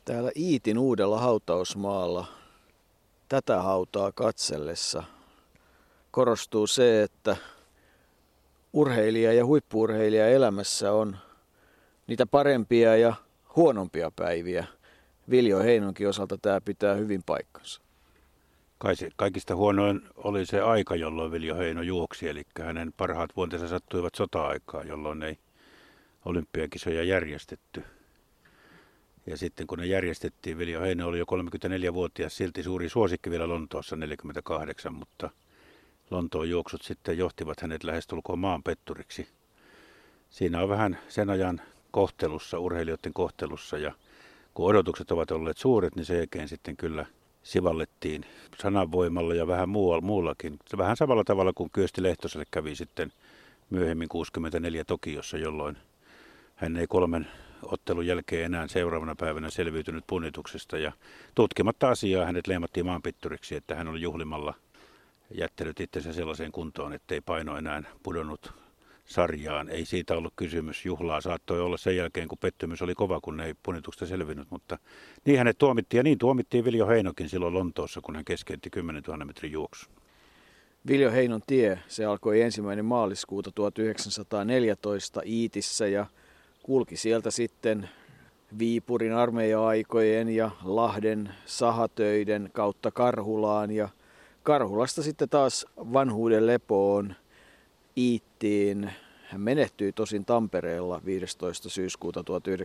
Täällä Iitin uudella hautausmaalla tätä hautaa katsellessa korostuu se, että urheilija ja huippu-urheilija elämässä on niitä parempia ja huonompia päiviä. Viljo Heinonkin osalta tämä pitää hyvin paikkansa. Kai se kaikista huonoin oli se aika, jolloin Viljo Heino juoksi, eli hänen parhaat vuotensa sattuivat sota-aikaan, jolloin ei olympiakisoja järjestetty. Ja sitten kun ne järjestettiin, Viljo Heino oli jo 34-vuotias, silti suuri suosikki vielä Lontoossa 48, mutta Lontoon juoksut sitten johtivat hänet lähestulkoon maanpetturiksi. Siinä on vähän sen ajan kohtelussa, urheilijoiden kohtelussa, ja kun odotukset ovat olleet suuret, niin sen jälkeen sitten kyllä sivallettiin sananvoimalla ja vähän muullakin. Vähän samalla tavalla kuin Kyösti Lehtoselle kävi sitten myöhemmin 64 Tokiossa, jolloin hän ei 3 ottelun jälkeen enää seuraavana päivänä selviytynyt punnituksesta. Ja tutkimatta asiaa hänet leimattiin maanpitturiksi, että hän oli juhlimalla jättänyt itsensä sellaiseen kuntoon, ettei paino enää pudonnut sarjaan. Ei siitä ollut kysymys. Juhlaa saattoi olla sen jälkeen, kun pettymys oli kova, kun ei punnituksesta selvinnyt. Mutta niin hänet tuomittiin, ja niin tuomittiin Viljo Heinokin silloin Lontoossa, kun hän keskeytti 10 000 metrin juoksun. Viljo Heinon tie, se alkoi 1. maaliskuuta 1914 Iitissä ja kulki sieltä sitten Viipurin armeija-aikojen ja Lahden sahatöiden kautta Karhulaan ja Karhulasta sitten taas vanhuuden lepoon Iittiin. Hän menehtyi tosin Tampereella 15. syyskuuta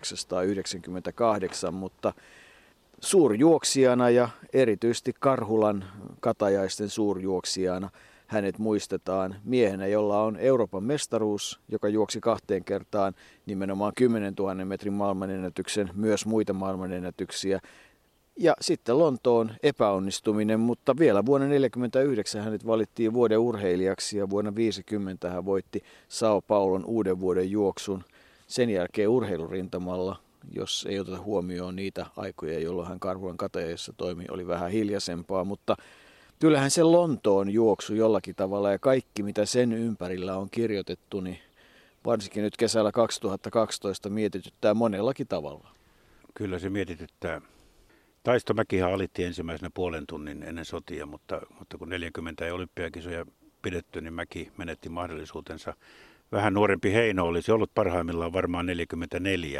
1998, mutta suurjuoksijana ja erityisesti Karhulan katajaisten suurjuoksijana hänet muistetaan miehenä, jolla on Euroopan mestaruus, joka juoksi 2 kertaan nimenomaan 10 000 metrin maailmanennätyksen, myös muita maailmanennätyksiä. Ja sitten Lontoon epäonnistuminen, mutta vielä vuonna 1949 hänet valittiin vuoden urheilijaksi ja vuonna 1950 hän voitti Sao Paulon uuden vuoden juoksun. Sen jälkeen urheilurintamalla, jos ei oteta huomioon niitä aikoja, jolloin hän Karhulan katajassa toimi, oli vähän hiljaisempaa, mutta kyllähän se Lontoon juoksu jollakin tavalla ja kaikki mitä sen ympärillä on kirjoitettu, niin varsinkin nyt kesällä 2012 mietityttää monellakin tavalla. Kyllä se mietityttää. Taisto Mäkihän alitti ensimmäisenä puolen tunnin ennen sotia, mutta kun 40 ei olympiakisoja pidetty, niin Mäki menetti mahdollisuutensa. Vähän nuorempi Heino olisi ollut parhaimmillaan varmaan 44.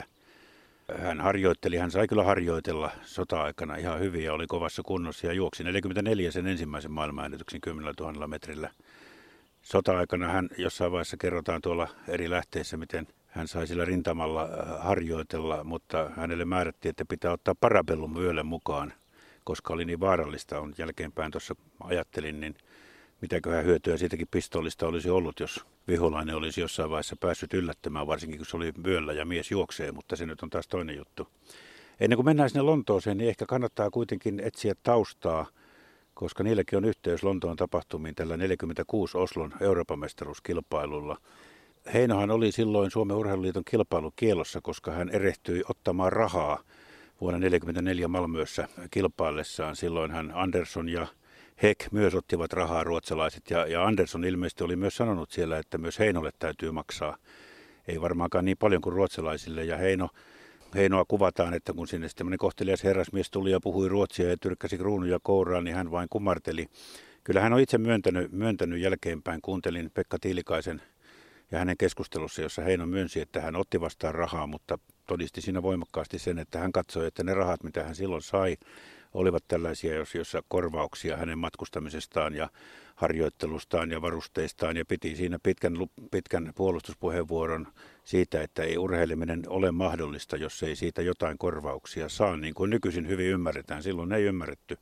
Hän sai kyllä harjoitella sota-aikana ihan hyvin ja oli kovassa kunnossa ja juoksi 44 sen ensimmäisen maailmanennätyksen 10 000 metrillä. Sota-aikana hän jossain vaiheessa kerrotaan tuolla eri lähteissä, miten hän sai sillä rintamalla harjoitella, mutta hänelle määrättiin, että pitää ottaa parabellum yölle mukaan, koska oli niin vaarallista. On jälkeenpäin tuossa ajattelin, niin mitäköhän hyötyä siitäkin pistoolista olisi ollut, jos viholainen olisi jossain vaiheessa päässyt yllättämään, varsinkin kun se oli yöllä ja mies juoksee, mutta se nyt on taas toinen juttu. Ennen kuin mennään sinne Lontooseen, niin ehkä kannattaa kuitenkin etsiä taustaa, koska niilläkin on yhteys Lontoon tapahtumiin tällä 46 Oslon Euroopan mestaruuskilpailulla. Heinohan oli silloin Suomen Urheiluliiton kilpailukielossa, koska hän erehtyi ottamaan rahaa vuonna 1944 Malmössä kilpaillessaan. Silloin hän Andersson ja Heck myös ottivat rahaa, ruotsalaiset, ja Andersson ilmeisesti oli myös sanonut siellä, että myös Heinolle täytyy maksaa. Ei varmaankaan niin paljon kuin ruotsalaisille, ja Heinoa kuvataan, että kun sinne sitten kohtelias herrasmies tuli ja puhui ruotsia ja tyrkkäsi kruunuja kouraan, niin hän vain kumarteli. Kyllä hän on itse myöntänyt jälkeenpäin. Kuuntelin Pekka Tiilikaisen ja hänen keskustelussa, jossa Heino myönsi, että hän otti vastaan rahaa, mutta todisti siinä voimakkaasti sen, että hän katsoi, että ne rahat, mitä hän silloin sai, olivat tällaisia, joissa korvauksia hänen matkustamisestaan ja harjoittelustaan ja varusteistaan, ja piti siinä pitkän puolustuspuheenvuoron siitä, että ei urheileminen ole mahdollista, jos ei siitä jotain korvauksia saa, niin kuin nykyisin hyvin ymmärretään. Silloin ei ymmärretty.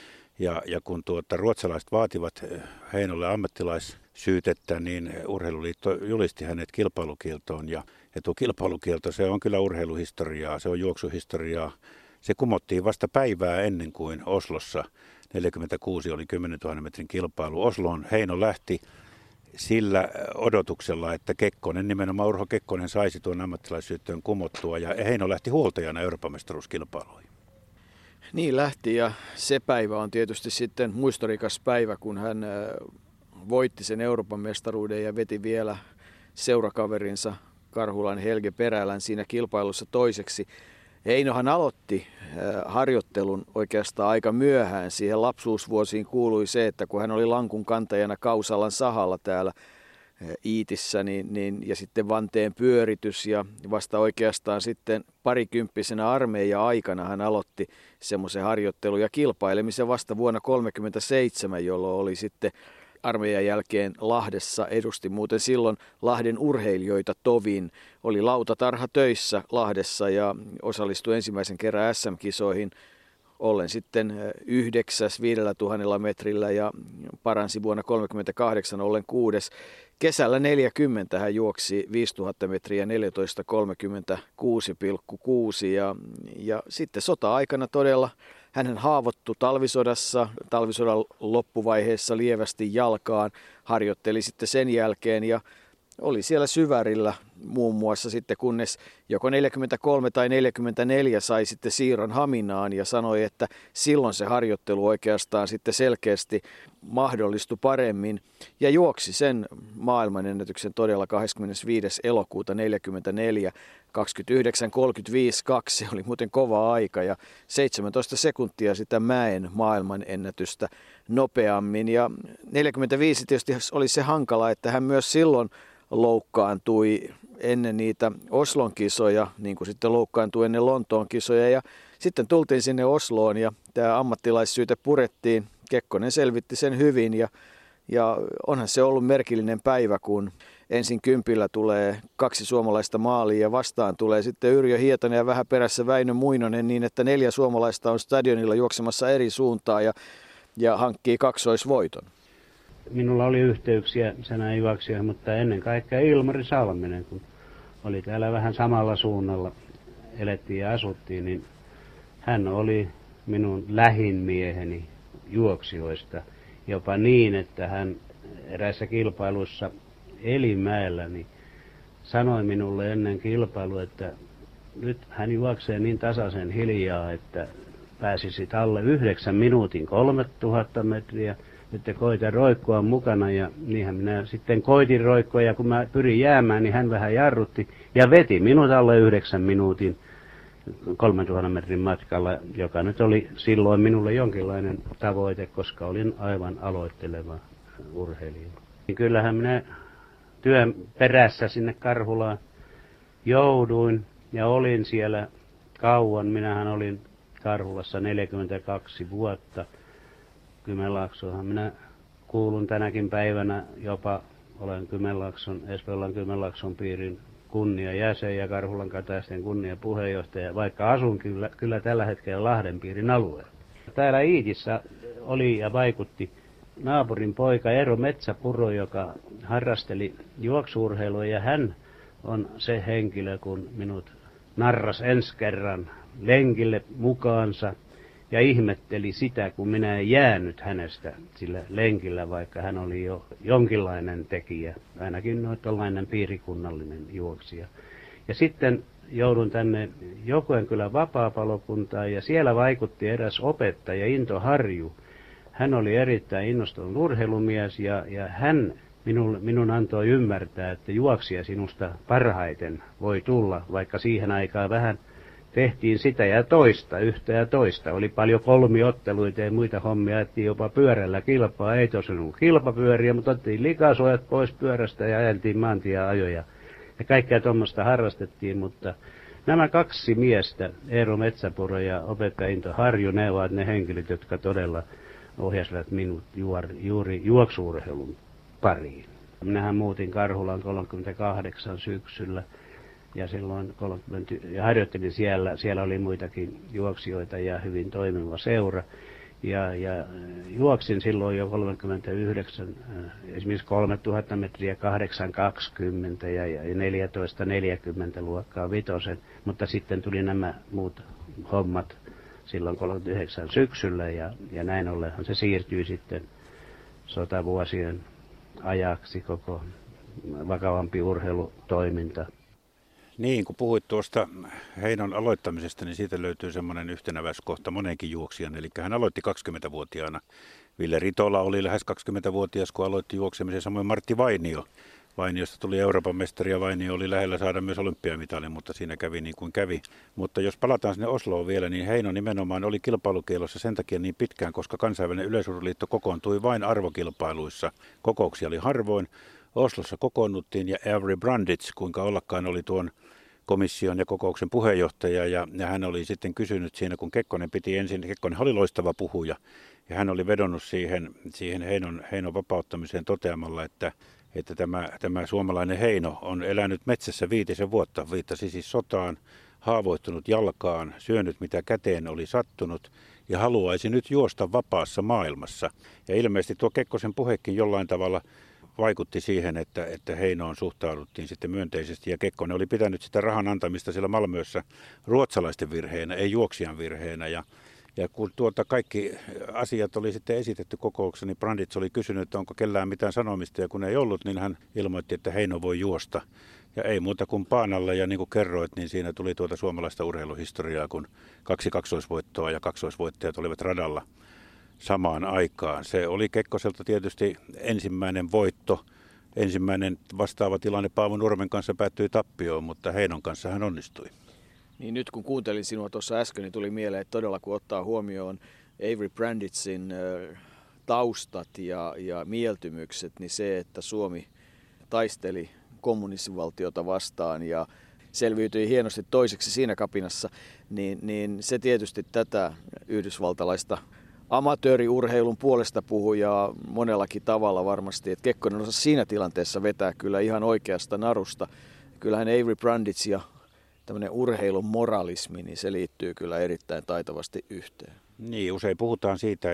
Ja kun ruotsalaiset vaativat Heinolle ammattilaissyytettä, niin Urheiluliitto julisti hänet kilpailukieltoon. Ja tuo kilpailukielto, se on kyllä urheiluhistoriaa, se on juoksuhistoriaa. Se kumottiin vasta päivää ennen kuin Oslossa 46 oli 10 000 metrin kilpailu. Osloon Heino lähti sillä odotuksella, että nimenomaan Urho Kekkonen saisi tuon ammattilaissyytteen kumottua, ja Heino lähti huoltajana Euroopan mestaruuskilpailuihin. Niin lähti, ja se päivä on tietysti sitten muistorikas päivä, kun hän voitti sen Euroopan mestaruuden ja veti vielä seurakaverinsa Karhulan Helge Perälän siinä kilpailussa toiseksi. Einohan aloitti harjoittelun oikeastaan aika myöhään. Siihen lapsuusvuosiin kuului se, että kun hän oli lankun kantajana Kausalan sahalla täällä Iitissä, ja sitten vanteen pyöritys ja vasta oikeastaan sitten parikymppisenä armeija-aikana hän aloitti semmoisen harjoittelun ja kilpailemisen vasta vuonna 1937, jolloin oli sitten armeijan jälkeen Lahdessa, edusti muuten silloin Lahden urheilijoita tovin, oli lautatarha töissä Lahdessa ja osallistui ensimmäisen kerran SM-kisoihin ollen sitten 9. 5000 metrillä ja paransi vuonna 1938 ollen 6. Kesällä 40 hän juoksi 5000 metriä 14.36,6 ja sitten sota-aikana todella hän haavoittui talvisodan loppuvaiheessa lievästi jalkaan, harjoitteli sitten sen jälkeen ja oli siellä Syvärillä muun muassa sitten, kunnes joko 43 tai 44 sai sitten siirron Haminaan ja sanoi, että silloin se harjoittelu oikeastaan sitten selkeästi mahdollistui paremmin ja juoksi sen maailmanennätyksen todella 25. elokuuta 44 29.35.2, se oli muuten kova aika ja 17 sekuntia sitä mäen maailmanennätystä nopeammin ja 45 tietysti oli se hankala, että hän myös silloin loukkaantui ennen niitä Oslon kisoja, niin kuin sitten loukkaantui ennen Lontoon kisoja ja sitten tultiin sinne Osloon ja tämä ammattilaissyyte purettiin. Kekkonen selvitti sen hyvin ja onhan se ollut merkillinen päivä, kun ensin kympillä tulee 2 suomalaista maalia ja vastaan tulee sitten Yrjö Hietanen ja vähän perässä Väinö Muinonen niin, että 4 suomalaista on stadionilla juoksemassa eri suuntaan ja hankkii kaksoisvoiton. Minulla oli yhteyksiä Sänän juoksijoihin, mutta ennen kaikkea Ilmari Salminen, kun oli täällä vähän samalla suunnalla, elettiin ja asuttiin, niin hän oli minun lähin mieheni juoksijoista. Jopa niin, että hän eräissä kilpailuissa Elimäellä niin sanoi minulle ennen kilpailua, että nyt hän juoksee niin tasaisen hiljaa, että pääsisit alle 9 minuutin 3000 metriä. Nyt te koita roikkua mukana ja niinhän minä sitten koitin roikkua ja kun mä pyrin jäämään, niin hän vähän jarrutti ja veti minut alle 9 minuutin 3000 metrin matkalla, joka nyt oli silloin minulle jonkinlainen tavoite, koska olin aivan aloitteleva urheilija. Kyllähän minä työn perässä sinne Karhulaan jouduin ja olin siellä kauan. Minähän olin Karhulassa 42 vuotta. Kymenlaaksoonhan minä kuulun tänäkin päivänä jopa, olen Espolan Kymenlaakson piirin kunniajäsen ja Karhulan kataisten kunniapuheenjohtaja, vaikka asun kyllä tällä hetkellä Lahden piirin alueella. Täällä Iitissä oli ja vaikutti naapurin poika Eero Metsäpuro, joka harrasteli juoksuurheilua ja hän on se henkilö, kun minut narras ensi kerran lenkille mukaansa ja ihmetteli sitä, kun minä en jäänyt hänestä sillä lenkillä, vaikka hän oli jo jonkinlainen tekijä, ainakin noitolainen piirikunnallinen juoksija. Ja sitten joudun tänne Jokenkylän vapaapalokuntaan ja siellä vaikutti eräs opettaja Into Harju. Hän oli erittäin innostunut urheilumies ja hän minun antoi ymmärtää, että juoksija sinusta parhaiten voi tulla, vaikka siihen aikaan vähän tehtiin sitä ja toista, yhtä ja toista. Oli paljon kolmiotteluita ja muita hommia, ajettiin jopa pyörällä kilpaa. Ei tosin ollut kilpapyöriä, mutta otettiin likasuojat pois pyörästä ja ajeltiin maantieajoja. Ja kaikkea tuommoista harrastettiin, mutta nämä 2 miestä, Eero Metsäpuro ja opettaja Into Harju, ne ovat ne henkilöt, jotka todella ohjasivat minut juuri juoksuurheilun pariin. Minähän muutin Karhulaan 38 syksyllä. Ja silloin ja harjoittelin siellä oli muitakin juoksijoita ja hyvin toimiva seura. Ja juoksin silloin jo 39, esimerkiksi 3000 metriä 8.20 ja 14.40 luokkaa vitosen, mutta sitten tuli nämä muut hommat silloin 39 syksyllä ja näin ollenhan se siirtyi sitten sotavuosien ajaksi koko vakavampi urheilutoiminta. Niin, kun puhuit tuosta Heinon aloittamisesta, niin siitä löytyy semmoinen yhtenäväiskohta monenkin juoksijan. Eli hän aloitti 20-vuotiaana. Ville Ritola oli lähes 20-vuotias, kun aloitti juoksemisen. Samoin Martti Vainio Vainiosta tuli Euroopan mestari ja Vainio oli lähellä saada myös olympiamitalin, mutta siinä kävi niin kuin kävi. Mutta jos palataan sinne Osloon vielä, niin Heino nimenomaan oli kilpailukielossa sen takia niin pitkään, koska kansainvälinen yleisurheiluliitto kokoontui vain arvokilpailuissa. Kokouksia oli harvoin. Oslossa kokoonnuttiin ja Avery Brundage, kuinka ollakaan, oli tuon komission ja kokouksen puheenjohtaja ja hän oli sitten kysynyt siinä, kun Kekkonen piti ensin, Kekkonen oli loistava puhuja ja hän oli vedonnut siihen Heinon vapauttamiseen toteamalla, että tämä suomalainen Heino on elänyt metsässä 5 vuotta, viittasi siis sotaan, haavoittunut jalkaan, syönyt mitä käteen oli sattunut ja haluaisi nyt juosta vapaassa maailmassa. Ja ilmeisesti tuo Kekkosen puhekin jollain tavalla vaikutti siihen, että Heinoon suhtauduttiin sitten myönteisesti ja Kekkonen oli pitänyt sitä rahan antamista siellä Malmössä ruotsalaisten virheenä, ei juoksijan virheenä. Ja kun kaikki asiat oli sitten esitetty kokouksessa, niin Brundage oli kysynyt, että onko kellään mitään sanomista ja kun ei ollut, niin hän ilmoitti, että Heino voi juosta. Ja ei muuta kuin paanalla ja niin kuin kerroit, niin siinä tuli suomalaista urheiluhistoriaa, kun 2 kaksoisvoittoa ja kaksoisvoittajat olivat radalla samaan aikaan. Se oli Kekkoselta tietysti ensimmäinen voitto. Ensimmäinen vastaava tilanne Paavo Nurmen kanssa päättyi tappioon, mutta Heinon kanssa hän onnistui. Niin nyt kun kuuntelin sinua tuossa äsken, niin tuli mieleen, että todella kun ottaa huomioon Avery Brundagen taustat ja mieltymykset, niin se, että Suomi taisteli kommunistivaltiota vastaan ja selviytyi hienosti toiseksi siinä kapinassa, niin se tietysti tätä yhdysvaltalaista amatööriurheilun puolesta puhujaa monellakin tavalla varmasti, että Kekkonen osasi siinä tilanteessa vetää kyllä ihan oikeasta narusta. Kyllähän Avery Brundage ja tämmöinen urheilun moralismi, niin se liittyy kyllä erittäin taitavasti yhteen. Niin, usein puhutaan siitä,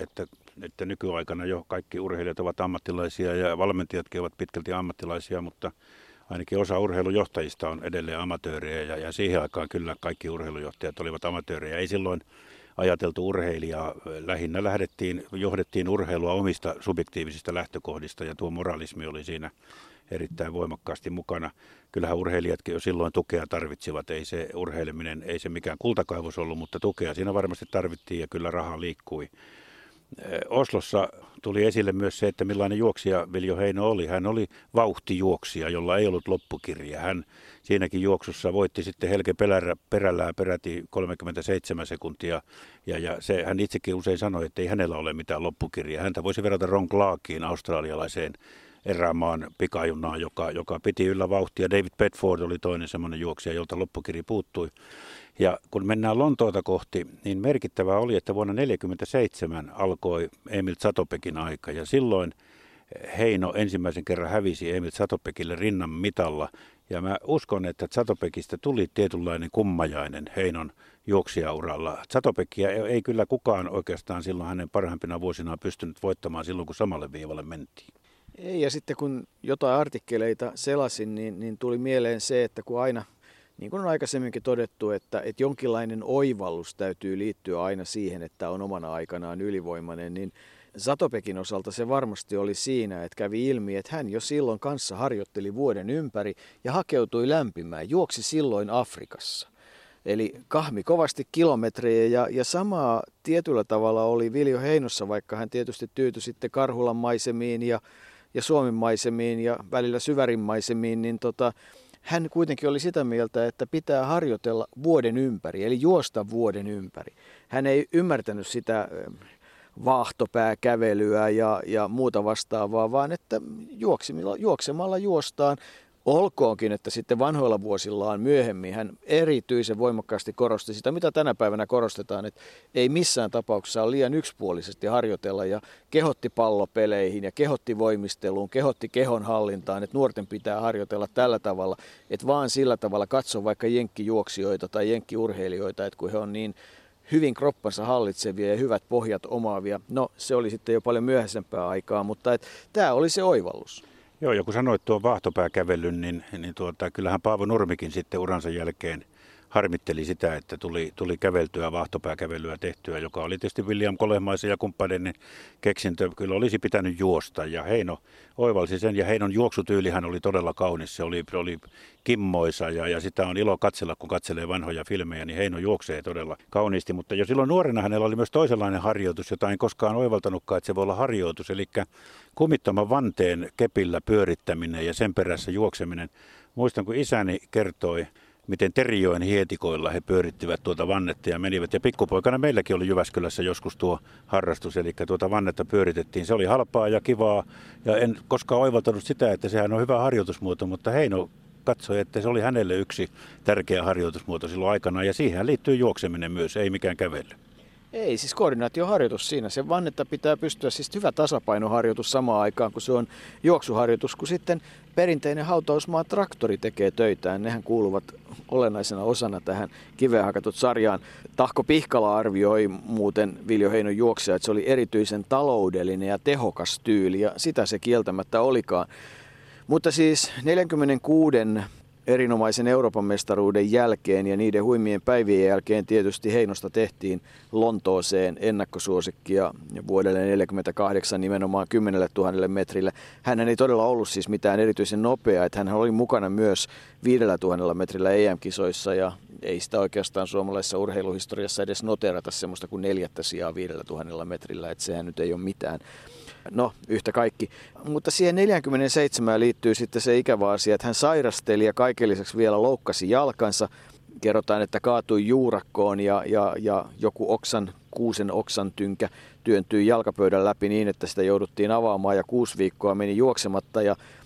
että nykyaikana jo kaikki urheilijat ovat ammattilaisia ja valmentajatkin ovat pitkälti ammattilaisia, mutta ainakin osa urheilujohtajista on edelleen amatöörejä ja siihen aikaan kyllä kaikki urheilujohtajat olivat amatöörejä. Ei silloin ajateltu urheilijaa, lähinnä johdettiin urheilua omista subjektiivisista lähtökohdista ja tuo moralismi oli siinä erittäin voimakkaasti mukana. Kyllähän urheilijatkin jo silloin tukea tarvitsivat, ei se urheileminen, ei se mikään kultakaivos ollut, mutta tukea siinä varmasti tarvittiin ja kyllä raha liikkui. Oslossa tuli esille myös se, että millainen juoksija Viljo Heino oli. Hän oli vauhtijuoksija, jolla ei ollut loppukirja. Hän siinäkin juoksussa voitti sitten Helge Perällää peräti 37 sekuntia. Ja hän itsekin usein sanoi, että ei hänellä ole mitään loppukirjaa. Häntä voisi verrata Ron Clarkiin, australialaiseen erämaan pikajunaan, joka piti yllä vauhtia. David Bedford oli toinen semmoinen juoksija, jolta loppukirja puuttui. Ja kun mennään Lontoota kohti, niin merkittävää oli, että vuonna 1947 alkoi Emil Zatopekin aika. Ja silloin Heino ensimmäisen kerran hävisi Emil Zatopekille rinnan mitalla. Ja mä uskon, että Zatopekista tuli tietynlainen kummajainen Heinon juoksijauralla. Zatopekia ei kyllä kukaan oikeastaan silloin hänen parhaimpina vuosinaan pystynyt voittamaan silloin, kun samalle viivalle mentiin. Ei, ja sitten kun jotain artikkeleita selasin, niin tuli mieleen se, että kun aina, niin kuin on aikaisemminkin todettu, että jonkinlainen oivallus täytyy liittyä aina siihen, että on omana aikanaan ylivoimainen, niin Zatopekin osalta se varmasti oli siinä, että kävi ilmi, että hän jo silloin kanssa harjoitteli vuoden ympäri ja hakeutui lämpimään, juoksi silloin Afrikassa. Eli kahmi kovasti kilometrejä ja samaa tietyllä tavalla oli Viljo Heinossa, vaikka hän tietysti tyytyi sitten Karhulan maisemiin ja Suomen maisemiin ja välillä Syvärin maisemiin, niin hän kuitenkin oli sitä mieltä, että pitää harjoitella vuoden ympäri, eli juosta vuoden ympäri. Hän ei ymmärtänyt sitä vaahtopääkävelyä ja muuta vastaavaa, vaan että juoksemalla juostaan. Olkoonkin, että sitten vanhoilla vuosillaan myöhemmin hän erityisen voimakkaasti korosti sitä, mitä tänä päivänä korostetaan, että ei missään tapauksessa ole liian yksipuolisesti harjoitella ja kehotti pallopeleihin ja kehotti voimisteluun, kehotti kehonhallintaan, että nuorten pitää harjoitella tällä tavalla, että vaan sillä tavalla katso vaikka jenkkijuoksijoita tai jenkkiurheilijoita, että kun he on niin hyvin kroppansa hallitsevia ja hyvät pohjat omaavia. No se oli sitten jo paljon myöhäisempää aikaa, mutta tämä oli se oivallus. Joo, ja kun sanoit tuon vaahtopääkävelyn, niin kyllähän Paavo Nurmikin sitten uransa jälkeen harmitteli sitä, että tuli käveltyä, vaahtopääkävelyä tehtyä, joka oli tietysti William Kolehmaisen ja kumppaneiden keksintö. Kyllä olisi pitänyt juosta ja Heino oivalsi sen ja Heinon juoksutyylihän oli todella kaunis. Se oli kimmoisa ja sitä on ilo katsella, kun katselee vanhoja filmejä, niin Heino juoksee todella kauniisti. Mutta jo silloin nuorena hänellä oli myös toisenlainen harjoitus, jota en koskaan oivaltanutkaan, että se voi olla harjoitus. Eli kumittoman vanteen kepillä pyörittäminen ja sen perässä juokseminen. Muistan, kun isäni kertoi, miten Terijoen hietikoilla he pyörittivät tuota vannetta ja menivät. Ja pikkupoikana meilläkin oli Jyväskylässä joskus tuo harrastus, eli tuota vannetta pyöritettiin. Se oli halpaa ja kivaa, ja en koskaan oivaltanut sitä, että sehän on hyvä harjoitusmuoto, mutta Heino katsoi, että se oli hänelle yksi tärkeä harjoitusmuoto silloin aikana, ja siihen liittyy juokseminen myös, ei mikään kävely. Ei, siis koordinaatioharjoitus siinä. Se vannetta pitää pystyä, siis hyvä tasapainoharjoitus samaan aikaan, kun se on juoksuharjoitus, kun sitten perinteinen hautausmaa traktori tekee töitään. Nehän kuuluvat olennaisena osana tähän kiveen hakatut sarjaan. Tahko Pihkala arvioi muuten Viljo Heinon juoksija, että se oli erityisen taloudellinen ja tehokas tyyli, ja sitä se kieltämättä olikaan. Mutta siis 46 erinomaisen Euroopan mestaruuden jälkeen ja niiden huimien päivien jälkeen tietysti Heinosta tehtiin Lontooseen ennakkosuosikkia vuodelle 1948 nimenomaan 10 000 metrille. Hän ei todella ollut siis mitään erityisen nopea, että hän oli mukana myös 5 000 metrillä EM-kisoissa ja ei sitä oikeastaan suomalaisessa urheiluhistoriassa edes noterata semmoista kuin 4. sijaa 5 000 metrillä, että sehän nyt ei ole mitään. No, yhtä kaikki. Mutta siihen 47 liittyy sitten se ikävä asia, että hän sairasteli ja kaiken lisäksi vielä loukkasi jalkansa. Kerrotaan, että kaatui juurakkoon ja joku kuusen oksan tynkä työntyi jalkapöydän läpi niin, että sitä jouduttiin avaamaan ja 6 viikkoa meni juoksematta.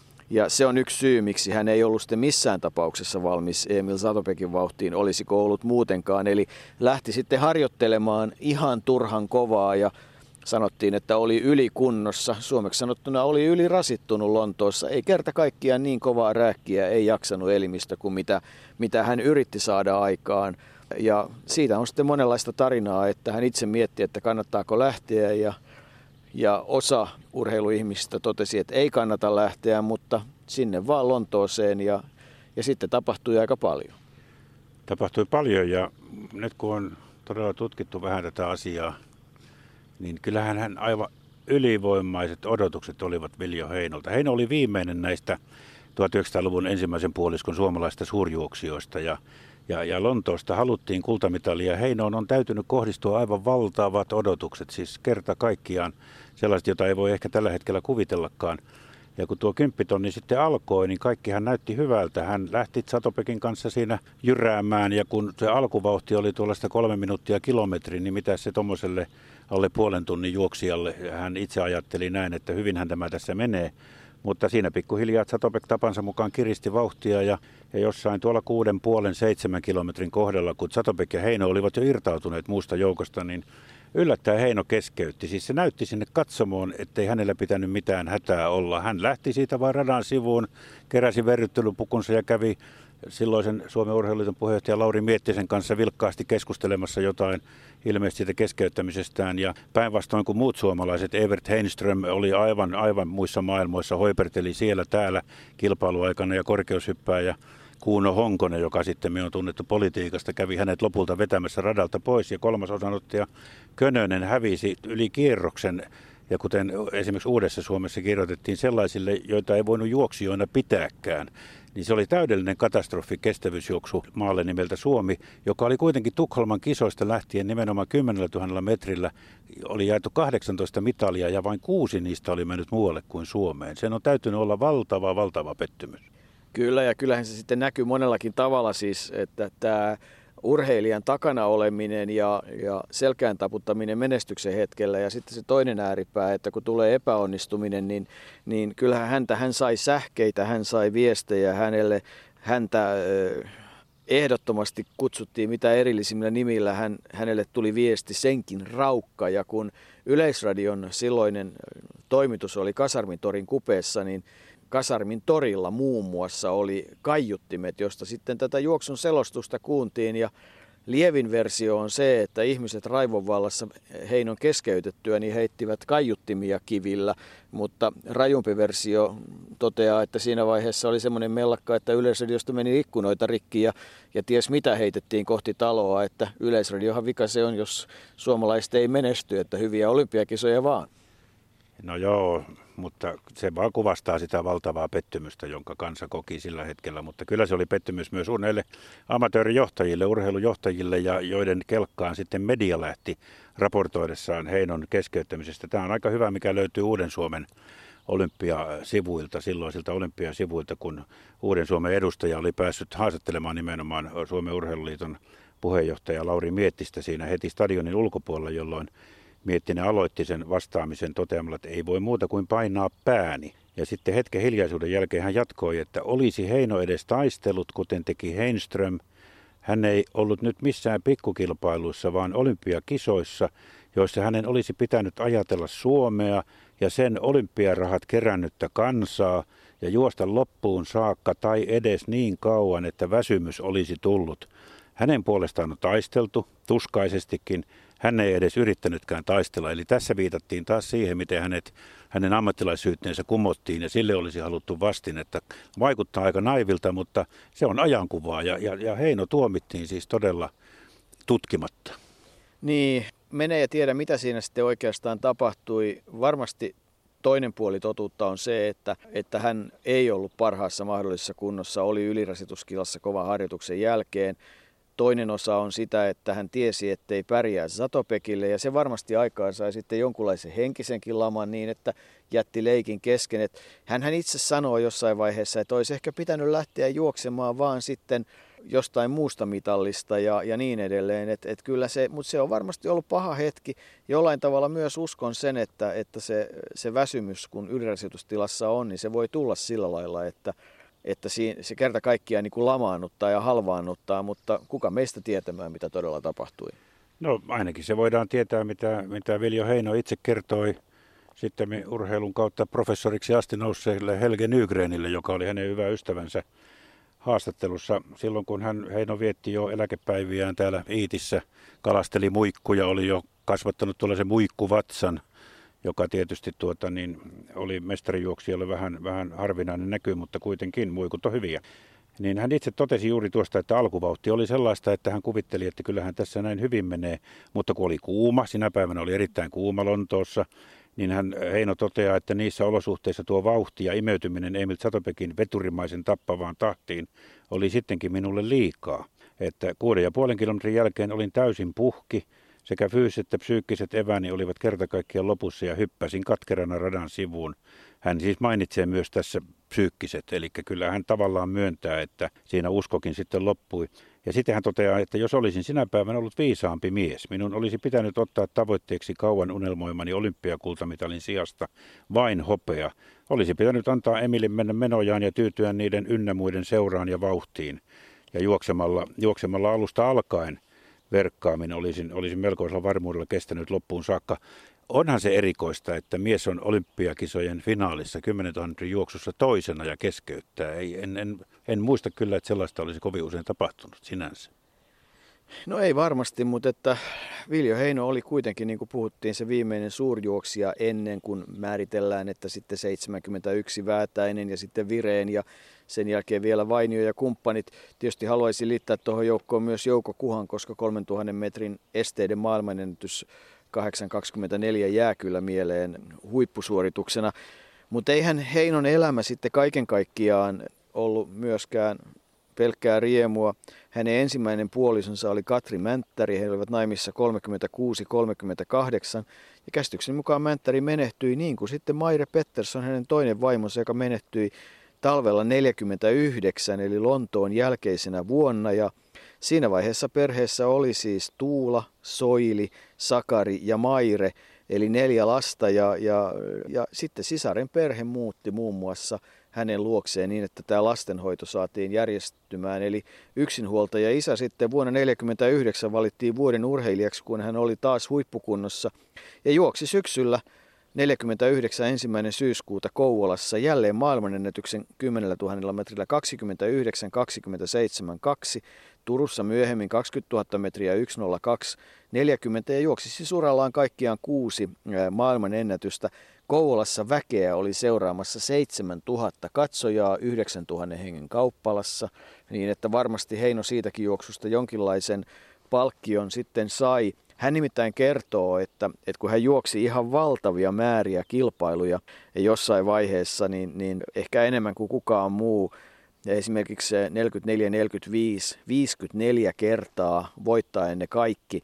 Ja se on yksi syy, miksi hän ei ollut sitten missään tapauksessa valmis Emil Zatopekin vauhtiin, olisiko ollut muutenkaan. Eli lähti sitten harjoittelemaan ihan turhan kovaa ja sanottiin, että oli ylikunnossa. Suomeksi sanottuna oli ylirasittunut Lontoossa. Ei kerta kaikkiaan niin kovaa rääkkiä ei jaksanut elimistä kuin mitä hän yritti saada aikaan. Ja siitä on sitten monenlaista tarinaa, että hän itse mietti, että kannattaako lähteä. Ja osa urheiluihmisistä totesi, että ei kannata lähteä, mutta sinne vaan Lontooseen. Ja sitten tapahtui aika paljon. Tapahtui paljon ja nyt kun on todella tutkittu vähän tätä asiaa, niin kyllähän hän aivan ylivoimaiset odotukset olivat Viljo Heinolta. Heino oli viimeinen näistä 1900-luvun ensimmäisen puoliskon suomalaisista suurjuoksijoista ja Lontoosta haluttiin kultamitalia. Heinoon on täytynyt kohdistua aivan valtavat odotukset, siis kerta kaikkiaan sellaiset, jota ei voi ehkä tällä hetkellä kuvitellakaan. Ja kun tuo 10 tonni sitten alkoi, niin kaikkihan näytti hyvältä. Hän lähti Zatopekin kanssa siinä jyräämään ja kun se alkuvauhti oli tuollaista 3 minuuttia kilometri, niin mitä se tuommoiselle alle puolen tunnin juoksijalle, hän itse ajatteli näin, että hyvinhän tämä tässä menee. Mutta siinä pikkuhiljaa Zatopek tapansa mukaan kiristi vauhtia ja jossain tuolla 6,5-7 kilometrin kohdalla, kun Zatopek ja Heino olivat jo irtautuneet muusta joukosta, niin yllättäen Heino keskeytti. Siis se näytti sinne katsomoon, ettei hänellä pitänyt mitään hätää olla. Hän lähti siitä vaan radan sivuun, keräsi verryttelypukunsa ja kävi silloisen Suomen Urheiluliiton puheenjohtaja Lauri Miettisen kanssa vilkkaasti keskustelemassa jotain ilmeisesti siitä keskeyttämisestään. Ja päinvastoin kuin muut suomalaiset, Evert Heinström oli aivan muissa maailmoissa, hoiperteli siellä täällä kilpailuaikana ja korkeushyppääjä Kuuno Honkonen, joka sitten on tunnettu politiikasta, kävi hänet lopulta vetämässä radalta pois ja 3. osanottaja Könönen hävisi yli kierroksen. Ja kuten esimerkiksi Uudessa Suomessa kirjoitettiin sellaisille, joita ei voinut juoksijoina pitääkään, niin se oli täydellinen katastrofi kestävyysjuoksu maalle nimeltä Suomi, joka oli kuitenkin Tukholman kisoista lähtien nimenomaan 10 000 metrillä. Oli jaettu 18 mitalia ja vain 6 niistä oli mennyt muualle kuin Suomeen. Sen on täytynyt olla valtava pettymys. Kyllä, ja kyllähän se sitten näkyy monellakin tavalla siis, että tämä urheilijan takana oleminen ja selkään taputtaminen menestyksen hetkellä ja sitten se toinen ääripää, että kun tulee epäonnistuminen, niin kyllähän hän sai sähkeitä, hän sai viestejä häntä ehdottomasti kutsuttiin mitä erillisimmillä nimillä, hänelle tuli viesti Senkin Raukka ja kun Yleisradion silloinen toimitus oli Kasarmin torin kupeessa, niin Kasarmin torilla muun muassa oli kaiuttimet, josta sitten tätä juoksun selostusta kuultiin ja Lievin versio on se, että ihmiset raivonvallassa Heinon keskeytettyä niin heittivät kaiuttimia kivillä, mutta rajumpi versio toteaa, että siinä vaiheessa oli semmoinen mellakka, että Yleisradiosta meni ikkunoita rikki ja ties mitä heitettiin kohti taloa, että Yleisradiohan vika se on, jos suomalaiset ei menesty, että hyviä olympiakisoja vaan. No joo, mutta se vaan kuvastaa sitä valtavaa pettymystä, jonka kansa koki sillä hetkellä. Mutta kyllä se oli pettymys myös näille amatöörijohtajille, urheilujohtajille, ja joiden kelkkaan sitten media lähti raportoidessaan Heinon keskeyttämisestä. Tämä on aika hyvä, mikä löytyy Uuden Suomen olympiasivuilta, silloisilta olympiasivuilta, kun Uuden Suomen edustaja oli päässyt haastattelemaan nimenomaan Suomen Urheiluliiton puheenjohtaja Lauri Miettistä siinä heti stadionin ulkopuolella, jolloin Miettinen aloitti sen vastaamisen toteamalla, että ei voi muuta kuin painaa pääni. Ja sitten hetken hiljaisuuden jälkeen hän jatkoi, että olisi Heino edes taistellut, kuten teki Heinström. Hän ei ollut nyt missään pikkukilpailuissa, vaan olympiakisoissa, joissa hänen olisi pitänyt ajatella Suomea ja sen olympiarahat kerännyttä kansaa ja juosta loppuun saakka tai edes niin kauan, että väsymys olisi tullut. Hänen puolestaan on taisteltu, tuskaisestikin. Hän ei edes yrittänytkään taistella. Eli tässä viitattiin taas siihen, miten hänen ammattilaissyytteensä kumottiin ja sille olisi haluttu vastin, että vaikuttaa aika naivilta, mutta se on ajankuvaa ja Heino tuomittiin siis todella tutkimatta. Niin, menee ja tiedä mitä siinä sitten oikeastaan tapahtui. Varmasti toinen puoli totuutta on se, että hän ei ollut parhaassa mahdollisessa kunnossa, oli ylirasituskilassa kovan harjoituksen jälkeen. Toinen osa on sitä, että hän tiesi, ettei pärjää Zatopekille ja se varmasti aikaan sai sitten jonkunlaisen henkisenkin laman niin, että jätti leikin kesken. Hän itse sanoo jossain vaiheessa, että olisi ehkä pitänyt lähteä juoksemaan vaan sitten jostain muusta mitallista ja niin edelleen. Kyllä mutta se on varmasti ollut paha hetki. Jollain tavalla myös uskon sen, että se väsymys, kun ylirasitustilassa on, niin se voi tulla sillä lailla, että se kerta kaikkiaan niin kuin lamaannuttaa ja halvaannuttaa, mutta kuka meistä tietämään, mitä todella tapahtui? No ainakin se voidaan tietää, mitä Viljo Heino itse kertoi sitten urheilun kautta professoriksi asti nousseelle Helge Nygrenille, joka oli hänen hyvä ystävänsä haastattelussa. Silloin kun Heino vietti jo eläkepäiviään täällä Iitissä, kalasteli muikkuja, oli jo kasvattanut tuollaisen muikkuvatsan, joka tietysti oli mestarijuoksijalle vähän harvinainen näky, mutta kuitenkin muikut on hyviä. Niin hän itse totesi juuri tuosta, että alkuvauhti oli sellaista, että hän kuvitteli, että kyllähän tässä näin hyvin menee, mutta kun oli kuuma, sinä päivänä oli erittäin kuuma Lontoossa, niin Heino toteaa, että niissä olosuhteissa tuo vauhti ja imeytyminen Emil Zatopekin veturimaisen tappavaan tahtiin oli sittenkin minulle liikaa. Että 6,5 kilometrin jälkeen olin täysin puhki. Sekä fyysiset että psyykkiset eväni olivat kerta kaikkiaan lopussa ja hyppäsin katkerana radan sivuun. Hän siis mainitsee myös tässä psyykkiset, eli kyllä hän tavallaan myöntää, että siinä uskokin sitten loppui. Ja sitten hän toteaa, että jos olisin sinä päivänä ollut viisaampi mies, minun olisi pitänyt ottaa tavoitteeksi kauan unelmoimani olympiakultamitalin sijasta vain hopea. Olisi pitänyt antaa Emilin mennä menojaan ja tyytyä niiden ynnä muiden seuraan ja vauhtiin. Ja juoksemalla alusta alkaen verkkaaminen olisin melkoisella varmuudella kestänyt loppuun saakka. Onhan se erikoista, että mies on olympiakisojen finaalissa 10 000 juoksussa toisena ja keskeyttää. En muista kyllä, että sellaista olisi kovin usein tapahtunut sinänsä. No ei varmasti, mutta että Viljo Heino oli kuitenkin, niin kuin puhuttiin, se viimeinen suurjuoksija ennen kuin määritellään, että sitten 71 Väätäinen ja sitten Vireen ja sen jälkeen vielä Vainio ja kumppanit. Tietysti haluaisin liittää tuohon joukkoon myös Jouko Kuhan, koska 3000 metrin esteiden maailmanennätys 8.24 jää kyllä mieleen huippusuorituksena. Mutta eihän Heinon elämä sitten kaiken kaikkiaan ollut myöskään pelkkää riemua. Hänen ensimmäinen puolisonsa oli Katri Mänttäri. He olivat naimissa 36-38. Ja käsitykseni mukaan Mänttäri menehtyi niin kuin sitten Maire Pettersson, hänen toinen vaimonsa, joka menehtyi talvella 49, eli Lontoon jälkeisenä vuonna. Ja siinä vaiheessa perheessä oli siis Tuula, Soili, Sakari ja Maire, eli 4 lasta. Ja sitten sisaren perhe muutti muun muassa hänen luokseen niin, että tämä lastenhoito saatiin järjestymään. Eli yksinhuoltaja isä sitten vuonna 1949 valittiin vuoden urheilijaksi, kun hän oli taas huippukunnossa ja juoksi syksyllä 49 1. syyskuuta Kouvolassa jälleen maailmanennätyksen 10 000 metrillä 29, 27, 2. Turussa myöhemmin 20 000 metriä 1:02:40 ja juoksi siis urallaan kaikkiaan 6 maailman ennätystä. Kouvolassa väkeä oli seuraamassa 7 000 katsojaa 9 000 hengen kauppalassa, niin että varmasti Heino siitäkin juoksusta jonkinlaisen palkkion sitten sai. Hän nimittäin kertoo, että kun hän juoksi ihan valtavia määriä kilpailuja jossain vaiheessa, niin ehkä enemmän kuin kukaan muu, esimerkiksi 44, 45, 54 kertaa voittaen ne kaikki.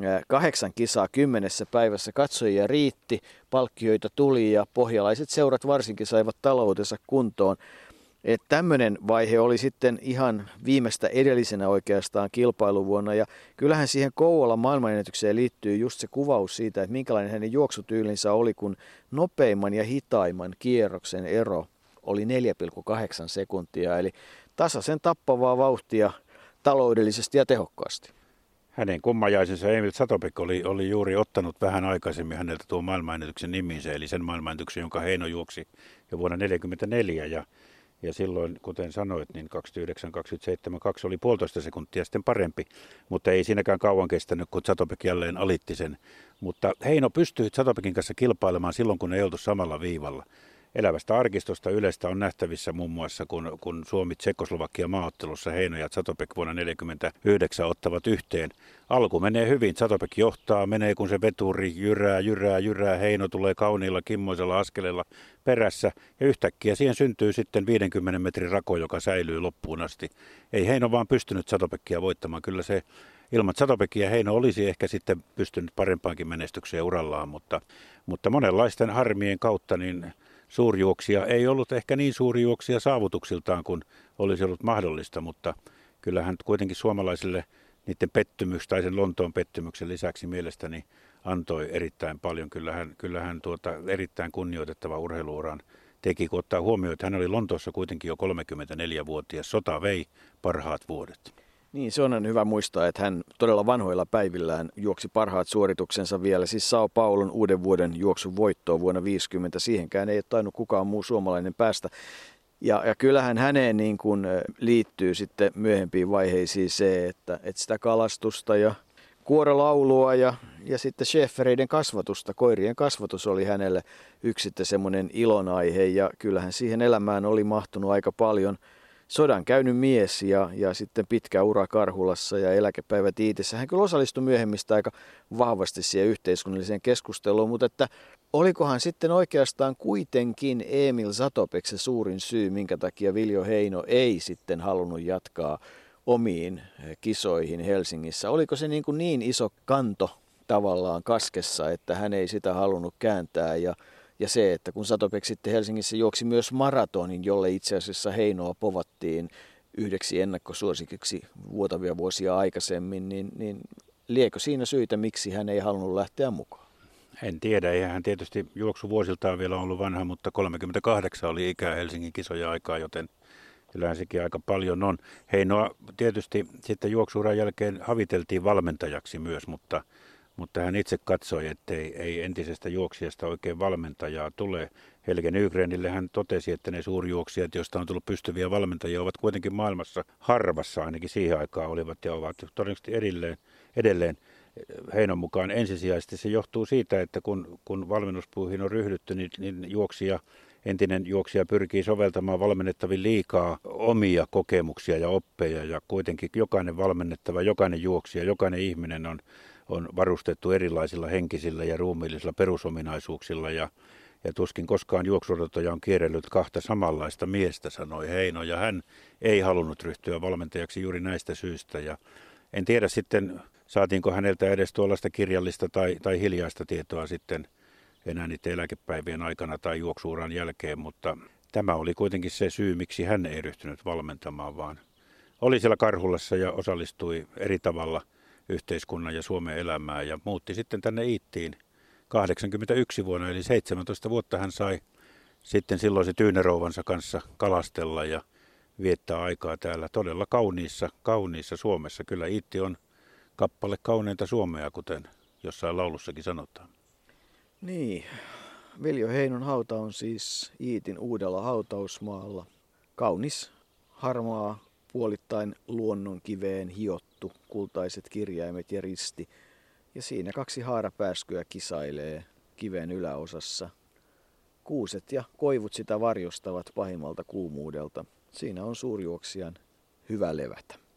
8 kisaa 10 päivässä katsojia riitti, palkkioita tuli ja pohjalaiset seurat varsinkin saivat taloutensa kuntoon. Tämmöinen vaihe oli sitten ihan viimeistä edellisenä oikeastaan kilpailuvuonna ja kyllähän siihen Kouvolan maailmanennätykseen liittyy just se kuvaus siitä, että minkälainen hänen juoksutyylinsä oli, kun nopeimman ja hitaimman kierroksen ero oli 4,8 sekuntia, eli tasaisen tappavaa vauhtia taloudellisesti ja tehokkaasti. Hänen kummajaisensa Emil Zatopek oli juuri ottanut vähän aikaisemmin häneltä tuon maailmanennätyksen niminsä, eli sen maailmanennätyksen, jonka Heino juoksi jo vuonna 1944 ja silloin, kuten sanoit, niin 29-27-2 oli 1,5 sekuntia sitten parempi, mutta ei siinäkään kauan kestänyt, kun Zatopek jälleen alitti sen. Mutta Heino pystyi Zatopekin kanssa kilpailemaan silloin, kun ei oltu samalla viivalla. Elävästä arkistosta Ylestä on nähtävissä muun muassa, kun Suomi Tsekkoslovakia maaottelussa Heino ja Zatopek vuonna 1949 ottavat yhteen. Alku menee hyvin, Zatopek johtaa, menee kun se veturi jyrää, Heino tulee kauniilla kimmoisella askeleella perässä ja yhtäkkiä siihen syntyy sitten 50 metrin rako, joka säilyy loppuun asti. Ei Heino vaan pystynyt Zatopekia voittamaan, kyllä se ilman Zatopekia Heino olisi ehkä sitten pystynyt parempaankin menestykseen urallaan, mutta monenlaisten harmien kautta niin suurjuoksija ei ollut ehkä niin suuri juoksija saavutuksiltaan kuin olisi ollut mahdollista, mutta kyllähän kuitenkin suomalaisille niiden pettymys tai sen Lontoon pettymyksen lisäksi mielestäni antoi erittäin paljon. Kyllähän erittäin kunnioitettava urheiluuran teki, kun ottaa huomioon, että hän oli Lontoossa kuitenkin jo 34-vuotias. Sota vei parhaat vuodet. Niin, se on hyvä muistaa, että hän todella vanhoilla päivillään juoksi parhaat suorituksensa vielä. Siis Sao Paulon uuden vuoden juoksun voittoon vuonna 50. Siihenkään ei ole tainnut kukaan muu suomalainen päästä. Ja kyllähän häneen niin kuin liittyy sitten myöhempiin vaiheisiin se, että sitä kalastusta ja kuorolaulua ja sitten schäfereiden kasvatusta, koirien kasvatus oli hänelle yksi sitten semmoinen ilonaihe. Ja kyllähän siihen elämään oli mahtunut aika paljon sodan käynyt mies ja sitten pitkä ura Karhulassa ja eläkepäivät Iitissä. Hän kyllä osallistui myöhemmistä aika vahvasti siihen yhteiskunnalliseen keskusteluun, mutta että olikohan sitten oikeastaan kuitenkin Emil Zatopek se suurin syy, minkä takia Viljo Heino ei sitten halunnut jatkaa omiin kisoihin Helsingissä? Oliko se niin iso kanto tavallaan kaskessa, että hän ei sitä halunnut kääntää ja se, että kun Zatopek sitten Helsingissä juoksi myös maratonin, jolle itse asiassa Heinoa povattiin yhdeksi ennakkosuosikiksi vuotavia vuosia aikaisemmin, niin liekö siinä syitä, miksi hän ei halunnut lähteä mukaan? En tiedä, eihän hän tietysti juoksuvuosiltaan vielä ollut vanha, mutta 38 oli ikää Helsingin kisoja aikaa, joten kyllähän sekin aika paljon on. Heinoa tietysti sitten juoksuuran jälkeen haviteltiin valmentajaksi myös, mutta hän itse katsoi, että ei entisestä juoksijasta oikein valmentajaa tule. Helge Nygrenille hän totesi, että ne suurjuoksijat, joista on tullut pystyviä valmentajia, ovat kuitenkin maailmassa harvassa, ainakin siihen aikaan olivat ja ovat todennäköisesti edelleen. Heinon mukaan ensisijaisesti se johtuu siitä, että kun valmennuspuihin on ryhdytty, niin entinen juoksija pyrkii soveltamaan valmennettavin liikaa omia kokemuksia ja oppeja ja kuitenkin jokainen valmennettava, jokainen juoksija, jokainen ihminen on varustettu erilaisilla henkisillä ja ruumiillisilla perusominaisuuksilla ja tuskin koskaan juoksurotoja on kierrellyt kahta samanlaista miestä, sanoi Heino, ja hän ei halunnut ryhtyä valmentajaksi juuri näistä syistä. Ja en tiedä sitten, saatiinko häneltä edes tuollaista kirjallista tai hiljaista tietoa sitten enää niiden eläkepäivien aikana tai juoksuuran jälkeen, mutta tämä oli kuitenkin se syy, miksi hän ei ryhtynyt valmentamaan, vaan oli siellä Karhulassa ja osallistui eri tavalla yhteiskunnan ja Suomen elämään ja muutti sitten tänne Iittiin 81 vuonna, eli 17 vuotta hän sai sitten silloisen tyynerouvansa kanssa kalastella ja viettää aikaa täällä todella kauniissa Suomessa. Kyllä Iitti on kappale kauneinta Suomea, kuten jossain laulussakin sanotaan. Niin, Viljo Heinon hauta on siis Iitin uudella hautausmaalla. Kaunis, harmaa puolittain luonnonkiveen hiottu, kultaiset kirjaimet ja risti. Ja siinä 2 haarapääskyä kisailee kiven yläosassa. Kuuset ja koivut sitä varjostavat pahimmalta kuumuudelta. Siinä on suurjuoksijan hyvä levätä.